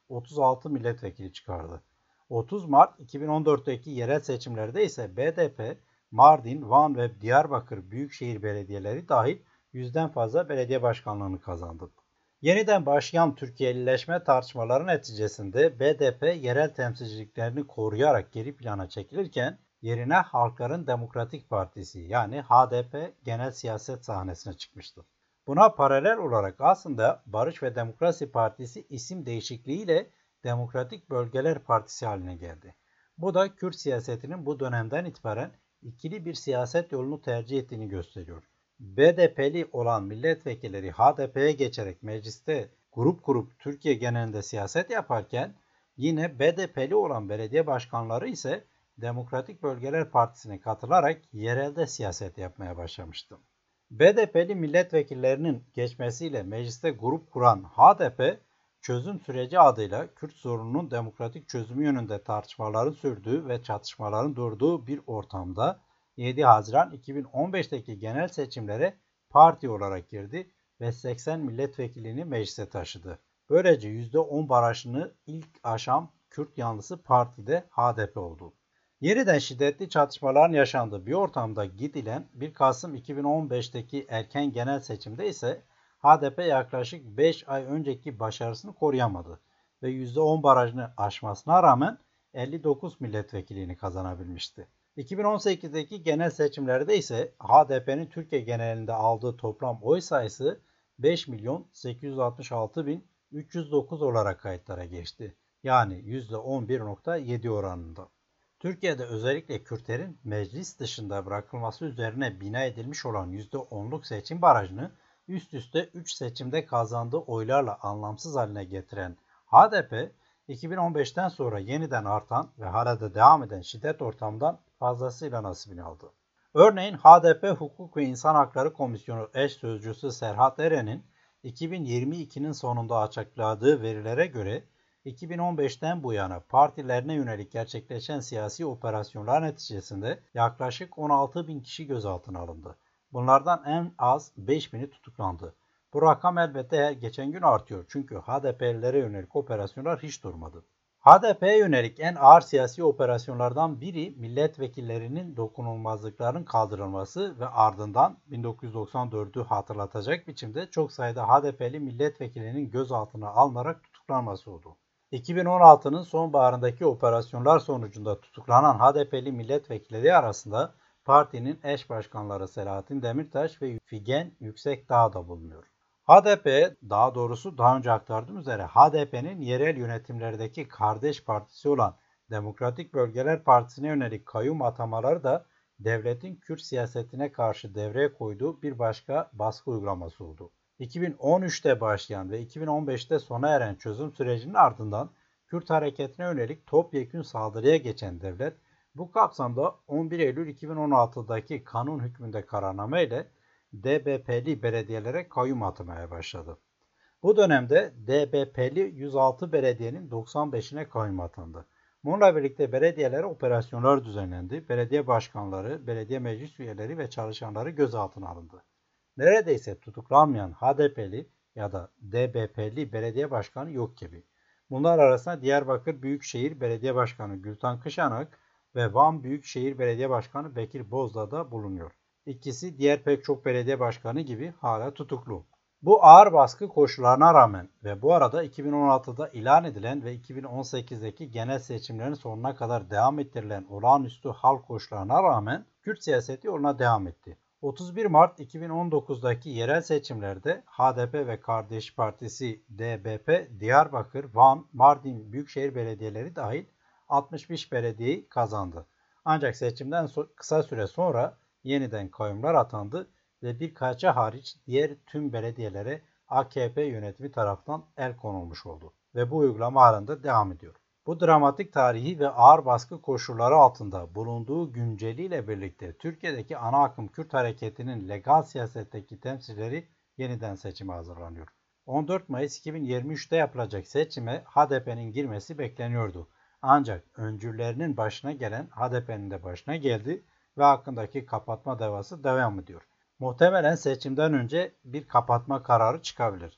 otuz altı milletvekili çıkardı. otuz Mart iki bin on dörtteki yerel seçimlerde ise B D P, Mardin, Van ve Diyarbakır büyükşehir belediyeleri dahil yüzden fazla belediye başkanlığını kazandı. Yeniden başlayan Türkiye'lileşme tartışmaları neticesinde B D P yerel temsilciliklerini koruyarak geri plana çekilirken yerine Halkların Demokratik Partisi yani H D P genel siyaset sahnesine çıkmıştı. Buna paralel olarak aslında Barış ve Demokrasi Partisi isim değişikliğiyle Demokratik Bölgeler Partisi haline geldi. Bu da Kürt siyasetinin bu dönemden itibaren ikili bir siyaset yolunu tercih ettiğini gösteriyor. B D P'li olan milletvekilleri H D P'ye geçerek mecliste grup kurup Türkiye genelinde siyaset yaparken yine B D P'li olan belediye başkanları ise Demokratik Bölgeler Partisi'ne katılarak yerelde siyaset yapmaya başlamıştı. B D P'li milletvekillerinin geçmesiyle mecliste grup kuran H D P, çözüm süreci adıyla Kürt sorununun demokratik çözümü yönünde tartışmaların sürdüğü ve çatışmaların durduğu bir ortamda yedi Haziran iki bin on beşteki genel seçimlere parti olarak girdi ve seksen milletvekilini meclise taşıdı. Böylece yüzde on barajını ilk aşan Kürt yanlısı partide H D P oldu. Yeniden şiddetli çatışmaların yaşandığı bir ortamda gidilen bir Kasım iki bin on beşteki erken genel seçimde ise H D P yaklaşık beş ay önceki başarısını koruyamadı ve yüzde on barajını aşmasına rağmen elli dokuz milletvekilini kazanabilmişti. iki bin on sekizdeki genel seçimlerde ise H D P'nin Türkiye genelinde aldığı toplam oy sayısı beş milyon sekiz yüz altmış altı bin üç yüz dokuz olarak kayıtlara geçti. Yani yüzde on bir virgül yedi oranında. Türkiye'de özellikle Kürtlerin meclis dışında bırakılması üzerine bina edilmiş olan yüzde onluk seçim barajını üst üste üç seçimde kazandığı oylarla anlamsız haline getiren H D P, iki bin on beşten sonra yeniden artan ve hala da devam eden şiddet ortamından fazlasıyla nasibini aldı. Örneğin H D P Hukuk ve İnsan Hakları Komisyonu eş sözcüsü Serhat Eren'in iki bin yirmi ikinin sonunda açıkladığı verilere göre iki bin on beşten bu yana partilerine yönelik gerçekleşen siyasi operasyonlar neticesinde yaklaşık on altı bin kişi gözaltına alındı. Bunlardan en az beş bini tutuklandı. Bu rakam elbette her geçen gün artıyor çünkü H D P'lilere yönelik operasyonlar hiç durmadı. H D P'ye yönelik en ağır siyasi operasyonlardan biri milletvekillerinin dokunulmazlıklarının kaldırılması ve ardından bin dokuz yüz doksan dördü hatırlatacak biçimde çok sayıda H D P'li milletvekilinin gözaltına alınarak tutuklanması oldu. iki bin on altının sonbaharındaki operasyonlar sonucunda tutuklanan H D P'li milletvekilleri arasında partinin eş başkanları Selahattin Demirtaş ve Figen Yüksekdağ da bulunuyor. H D P, daha doğrusu daha önce aktardığım üzere H D P'nin yerel yönetimlerdeki kardeş partisi olan Demokratik Bölgeler Partisi'ne yönelik kayyum atamaları da devletin Kürt siyasetine karşı devreye koyduğu bir başka baskı uygulaması oldu. iki bin on üçte başlayan ve iki bin on beşte sona eren çözüm sürecinin ardından Kürt hareketine yönelik topyekün saldırıya geçen devlet, bu kapsamda on bir Eylül iki bin on altıdaki kanun hükmünde kararname ile D B P'li belediyelere kayyum atamaya başladı. Bu dönemde D B P'li yüz altı belediyenin doksan beşine kayyum atandı. Bununla birlikte belediyelere operasyonlar düzenlendi. Belediye başkanları, belediye meclis üyeleri ve çalışanları gözaltına alındı. Neredeyse tutuklanmayan H D P'li ya da D B P'li belediye başkanı yok gibi. Bunlar arasında Diyarbakır Büyükşehir Belediye Başkanı Gültan Kışanak ve Van Büyükşehir Belediye Başkanı Bekir Bozdağ da bulunuyor. İkisi diğer pek çok belediye başkanı gibi hala tutuklu. Bu ağır baskı koşullarına rağmen ve bu arada iki bin on altıda ilan edilen ve iki bin on sekizdeki genel seçimlerin sonuna kadar devam ettirilen olağanüstü hal koşullarına rağmen Kürt siyaseti yoluna devam etti. otuz bir Mart iki bin on dokuzdaki yerel seçimlerde H D P ve Kardeş Partisi D B P, Diyarbakır, Van, Mardin Büyükşehir Belediyeleri dahil altmış beş belediyeyi kazandı. Ancak seçimden so- kısa süre sonra yeniden kayyumlar atandı ve birkaçı hariç diğer tüm belediyelere A K P yönetimi tarafından el konulmuş oldu ve bu uygulama halinde devam ediyor. Bu dramatik tarihi ve ağır baskı koşulları altında bulunduğu günceliyle birlikte Türkiye'deki ana akım Kürt hareketinin legal siyasetteki temsilcileri yeniden seçime hazırlanıyor. on dört Mayıs iki bin yirmi üçte yapılacak seçime H D P'nin girmesi bekleniyordu. Ancak öncüllerinin başına gelen H D P'nin de başına geldi ve hakkındaki kapatma davası devam ediyor. Muhtemelen seçimden önce bir kapatma kararı çıkabilir.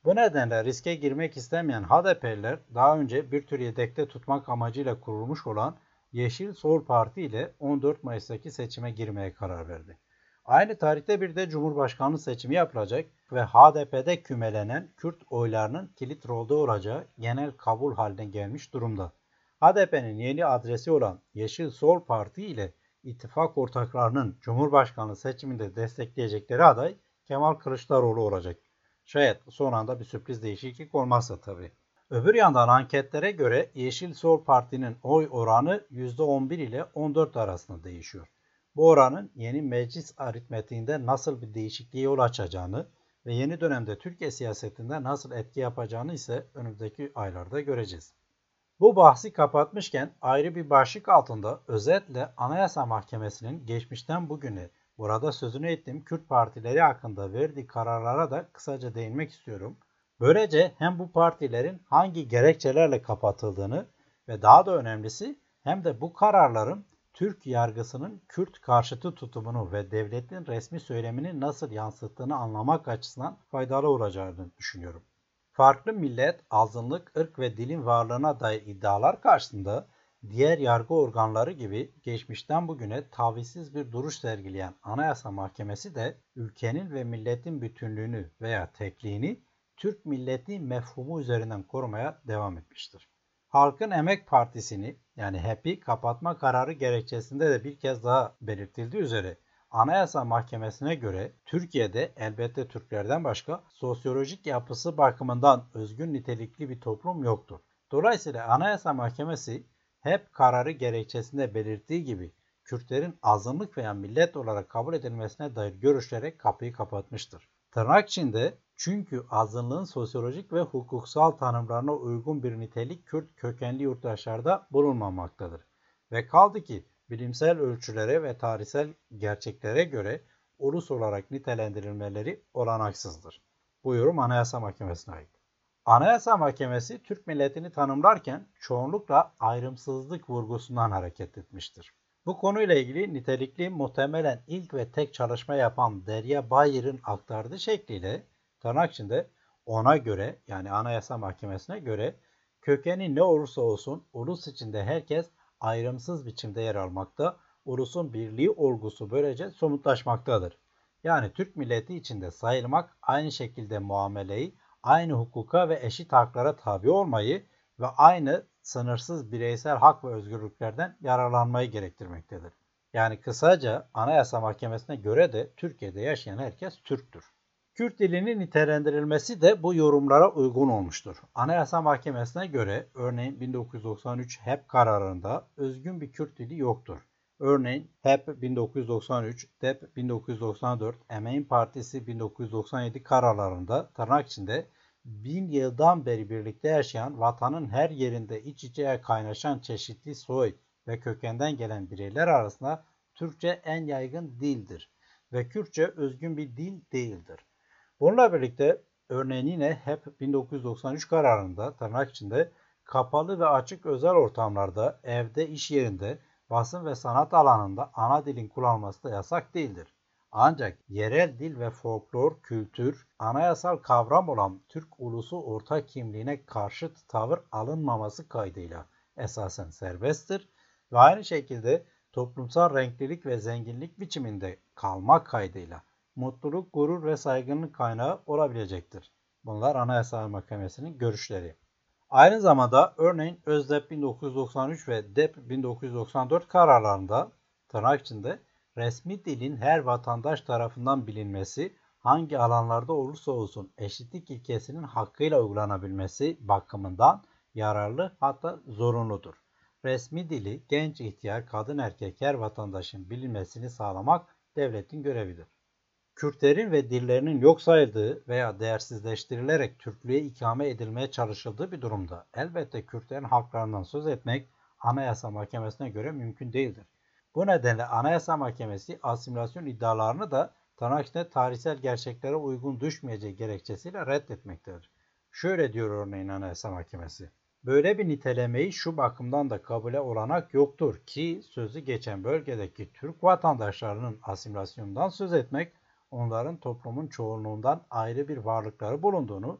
Bu nedenle riske girmek istemeyen H D P'liler daha önce bir tür yedekte tutmak amacıyla kurulmuş olan Yeşil Sol Parti ile on dört Mayıs'taki seçime girmeye karar verdi. Aynı tarihte bir de Cumhurbaşkanlığı seçimi yapılacak ve H D P'de kümelenen Kürt oylarının kilit rolde olacağı genel kabul haline gelmiş durumda. H D P'nin yeni adresi olan Yeşil Sol Parti ile ittifak ortaklarının Cumhurbaşkanlığı seçiminde destekleyecekleri aday Kemal Kılıçdaroğlu olacak. Şayet son anda bir sürpriz değişiklik olmazsa tabii. Öbür yandan anketlere göre Yeşil Sol Parti'nin oy oranı yüzde on bir ile on dört arasında değişiyor. Bu oranın yeni meclis aritmetiğinde nasıl bir değişikliğe yol açacağını ve yeni dönemde Türkiye siyasetinde nasıl etki yapacağını ise önümüzdeki aylarda göreceğiz. Bu bahsi kapatmışken ayrı bir başlık altında özetle Anayasa Mahkemesi'nin geçmişten bugüne burada sözünü ettiğim Kürt partileri hakkında verdiği kararlara da kısaca değinmek istiyorum. Böylece hem bu partilerin hangi gerekçelerle kapatıldığını ve daha da önemlisi hem de bu kararların Türk yargısının Kürt karşıtı tutumunu ve devletin resmi söylemini nasıl yansıttığını anlamak açısından faydalı olacağını düşünüyorum. Farklı millet, azınlık, ırk ve dilin varlığına dair iddialar karşısında diğer yargı organları gibi geçmişten bugüne tavizsiz bir duruş sergileyen Anayasa Mahkemesi de ülkenin ve milletin bütünlüğünü veya tekliğini Türk milleti mefhumu üzerinden korumaya devam etmiştir. Halkın Emek Partisi'ni yani H E P'i kapatma kararı gerekçesinde de bir kez daha belirtildiği üzere Anayasa Mahkemesi'ne göre Türkiye'de elbette Türklerden başka sosyolojik yapısı bakımından özgün nitelikli bir toplum yoktur. Dolayısıyla Anayasa Mahkemesi H E P kararı gerekçesinde belirttiği gibi Kürtlerin azınlık veya millet olarak kabul edilmesine dair görüşlere kapıyı kapatmıştır. Tırnak içinde çünkü azınlığın sosyolojik ve hukuksal tanımlarına uygun bir nitelik Kürt kökenli yurttaşlarda bulunmamaktadır. Ve kaldı ki bilimsel ölçülere ve tarihsel gerçeklere göre ulus olarak nitelendirilmeleri olanaksızdır. Bu yorum Anayasa Mahkemesi'ne ait. Anayasa Mahkemesi Türk milletini tanımlarken çoğunlukla ayrımsızlık vurgusundan hareket etmiştir. Bu konuyla ilgili nitelikli muhtemelen ilk ve tek çalışma yapan Derya Bayır'ın aktardığı şekliyle tırnak içinde ona göre yani Anayasa Mahkemesi'ne göre kökeni ne olursa olsun ulus içinde herkes ayrımsız biçimde yer almakta, ulusun birliği olgusu böylece somutlaşmaktadır. Yani Türk milleti içinde sayılmak aynı şekilde muameleyi, aynı hukuka ve eşit haklara tabi olmayı ve aynı sınırsız bireysel hak ve özgürlüklerden yararlanmayı gerektirmektedir. Yani kısaca Anayasa Mahkemesi'ne göre de Türkiye'de yaşayan herkes Türktür. Kürt dilinin nitelendirilmesi de bu yorumlara uygun olmuştur. Anayasa Mahkemesi'ne göre örneğin bin dokuz yüz doksan üç H E P kararında özgün bir Kürt dili yoktur. Örneğin H E P bin dokuz yüz doksan üç, D E P bin dokuz yüz doksan dört, Emeğin Partisi bin dokuz yüz doksan yedi kararlarında tırnak içinde bin yıldan beri birlikte yaşayan vatanın her yerinde iç içe kaynaşan çeşitli soy ve kökenden gelen bireyler arasında Türkçe en yaygın dildir ve Kürtçe özgün bir dil değildir. Bununla birlikte örneğin yine H E P bin dokuz yüz doksan üç kararında tırnak içinde kapalı ve açık özel ortamlarda, evde, iş yerinde, basın ve sanat alanında ana dilin kullanılması da yasak değildir. Ancak yerel dil ve folklor, kültür, anayasal kavram olan Türk ulusu ortak kimliğine karşıt tavır alınmaması kaydıyla esasen serbesttir ve aynı şekilde toplumsal renklilik ve zenginlik biçiminde kalmak kaydıyla mutluluk, gurur ve saygının kaynağı olabilecektir. Bunlar Anayasa Mahkemesi'nin görüşleri. Aynı zamanda örneğin ÖZDEP bin dokuz yüz doksan üç ve D E P bin dokuz yüz doksan dört kararlarında tırnak içinde resmi dilin her vatandaş tarafından bilinmesi, hangi alanlarda olursa olsun eşitlik ilkesinin hakkıyla uygulanabilmesi bakımından yararlı hatta zorunludur. Resmi dili genç, ihtiyar, kadın, erkek her vatandaşın bilinmesini sağlamak devletin görevidir. Kürtlerin ve dillerinin yok sayıldığı veya değersizleştirilerek Türklüğe ikame edilmeye çalışıldığı bir durumda elbette Kürtlerin haklarından söz etmek Anayasa Mahkemesi'ne göre mümkün değildir. Bu nedenle Anayasa Mahkemesi asimilasyon iddialarını da tırnak içinde tarihsel gerçeklere uygun düşmeyeceği gerekçesiyle reddetmektedir. Şöyle diyor örneğin Anayasa Mahkemesi. Böyle bir nitelemeyi şu bakımdan da kabule olanak yoktur ki sözü geçen bölgedeki Türk vatandaşlarının asimilasyonundan söz etmek onların toplumun çoğunluğundan ayrı bir varlıkları bulunduğunu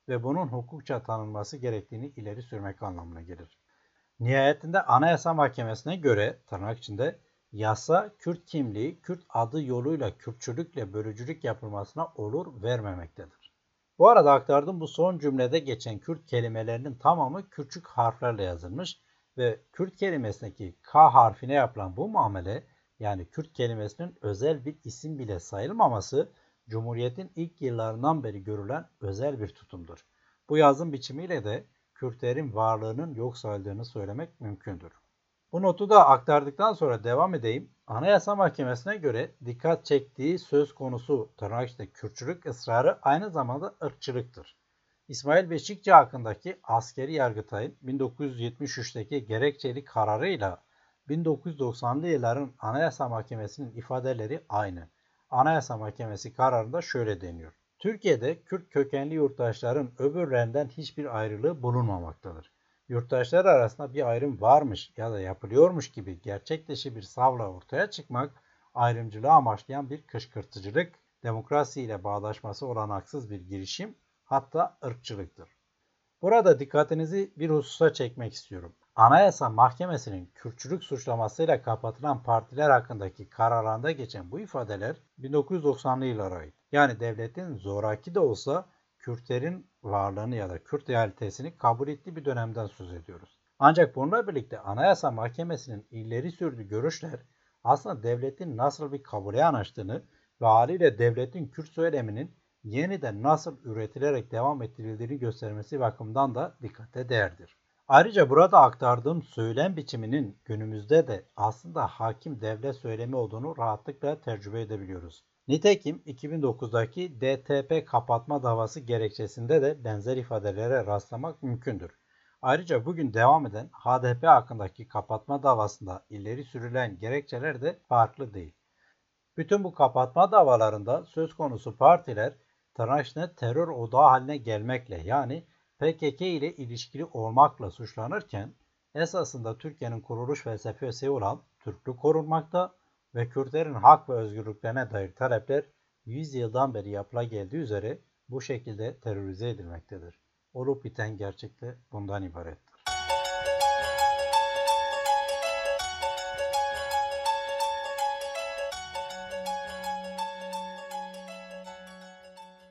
ve bunun hukukça tanınması gerektiğini ileri sürmek anlamına gelir. Nihayetinde Anayasa Mahkemesi'ne göre tırnak içinde yasa Kürt kimliği, Kürt adı yoluyla Kürtçülükle bölücülük yapılmasına olur vermemektedir. Bu arada aktardığım bu son cümlede geçen Kürt kelimelerinin tamamı küçük harflerle yazılmış ve Kürt kelimesindeki K harfine yapılan bu muamele, yani Kürt kelimesinin özel bir isim bile sayılmaması, Cumhuriyet'in ilk yıllarından beri görülen özel bir tutumdur. Bu yazım biçimiyle de Kürtlerin varlığının yok sayıldığını söylemek mümkündür. Bu notu da aktardıktan sonra devam edeyim. Anayasa Mahkemesi'ne göre dikkat çektiği söz konusu tırnak içinde Kürtçülük ısrarı aynı zamanda ırkçılıktır. İsmail Beşikçi hakkındaki askeri Yargıtay'ın bin dokuz yüz yetmiş üçteki gerekçeli kararıyla bin dokuz yüz doksanlı yılların Anayasa Mahkemesi'nin ifadeleri aynı. Anayasa Mahkemesi kararında şöyle deniyor. Türkiye'de Kürt kökenli yurttaşların öbürlerinden hiçbir ayrılığı bulunmamaktadır. Yurttaşlar arasında bir ayrım varmış ya da yapılıyormuş gibi gerçek dışı bir savla ortaya çıkmak, ayrımcılığı amaçlayan bir kışkırtıcılık, demokrasiyle bağdaşması olanaksız bir girişim, hatta ırkçılıktır. Burada dikkatinizi bir hususa çekmek istiyorum. Anayasa Mahkemesi'nin Kürtçülük suçlamasıyla kapatılan partiler hakkındaki kararında geçen bu ifadeler bin dokuz yüz doksanlı yıllara ait. Yani devletin zoraki de olsa Kürtlerin varlığını ya da Kürt realitesini kabul ettiği bir dönemden söz ediyoruz. Ancak bununla birlikte Anayasa Mahkemesi'nin ileri sürdüğü görüşler aslında devletin nasıl bir kabule yanaştığını ve haliyle devletin Kürt söyleminin yeniden nasıl üretilerek devam ettirildiğini göstermesi bakımından da dikkate değerdir. Ayrıca burada aktardığım söylem biçiminin günümüzde de aslında hakim devlet söylemi olduğunu rahatlıkla tecrübe edebiliyoruz. Nitekim iki bin dokuzdaki D T P kapatma davası gerekçesinde de benzer ifadelere rastlamak mümkündür. Ayrıca bugün devam eden H D P hakkındaki kapatma davasında ileri sürülen gerekçeler de farklı değil. Bütün bu kapatma davalarında söz konusu partiler tırnak içinde terör odağı haline gelmekle, yani P K K ile ilişkili olmakla suçlanırken esasında Türkiye'nin kuruluş felsefesi olan Türklük korunmakta ve Kürtlerin hak ve özgürlüklerine dair talepler yüz yıldan beri yapıla geldiği üzere bu şekilde terörize edilmektedir. Olup biten gerçekte bundan ibarettir.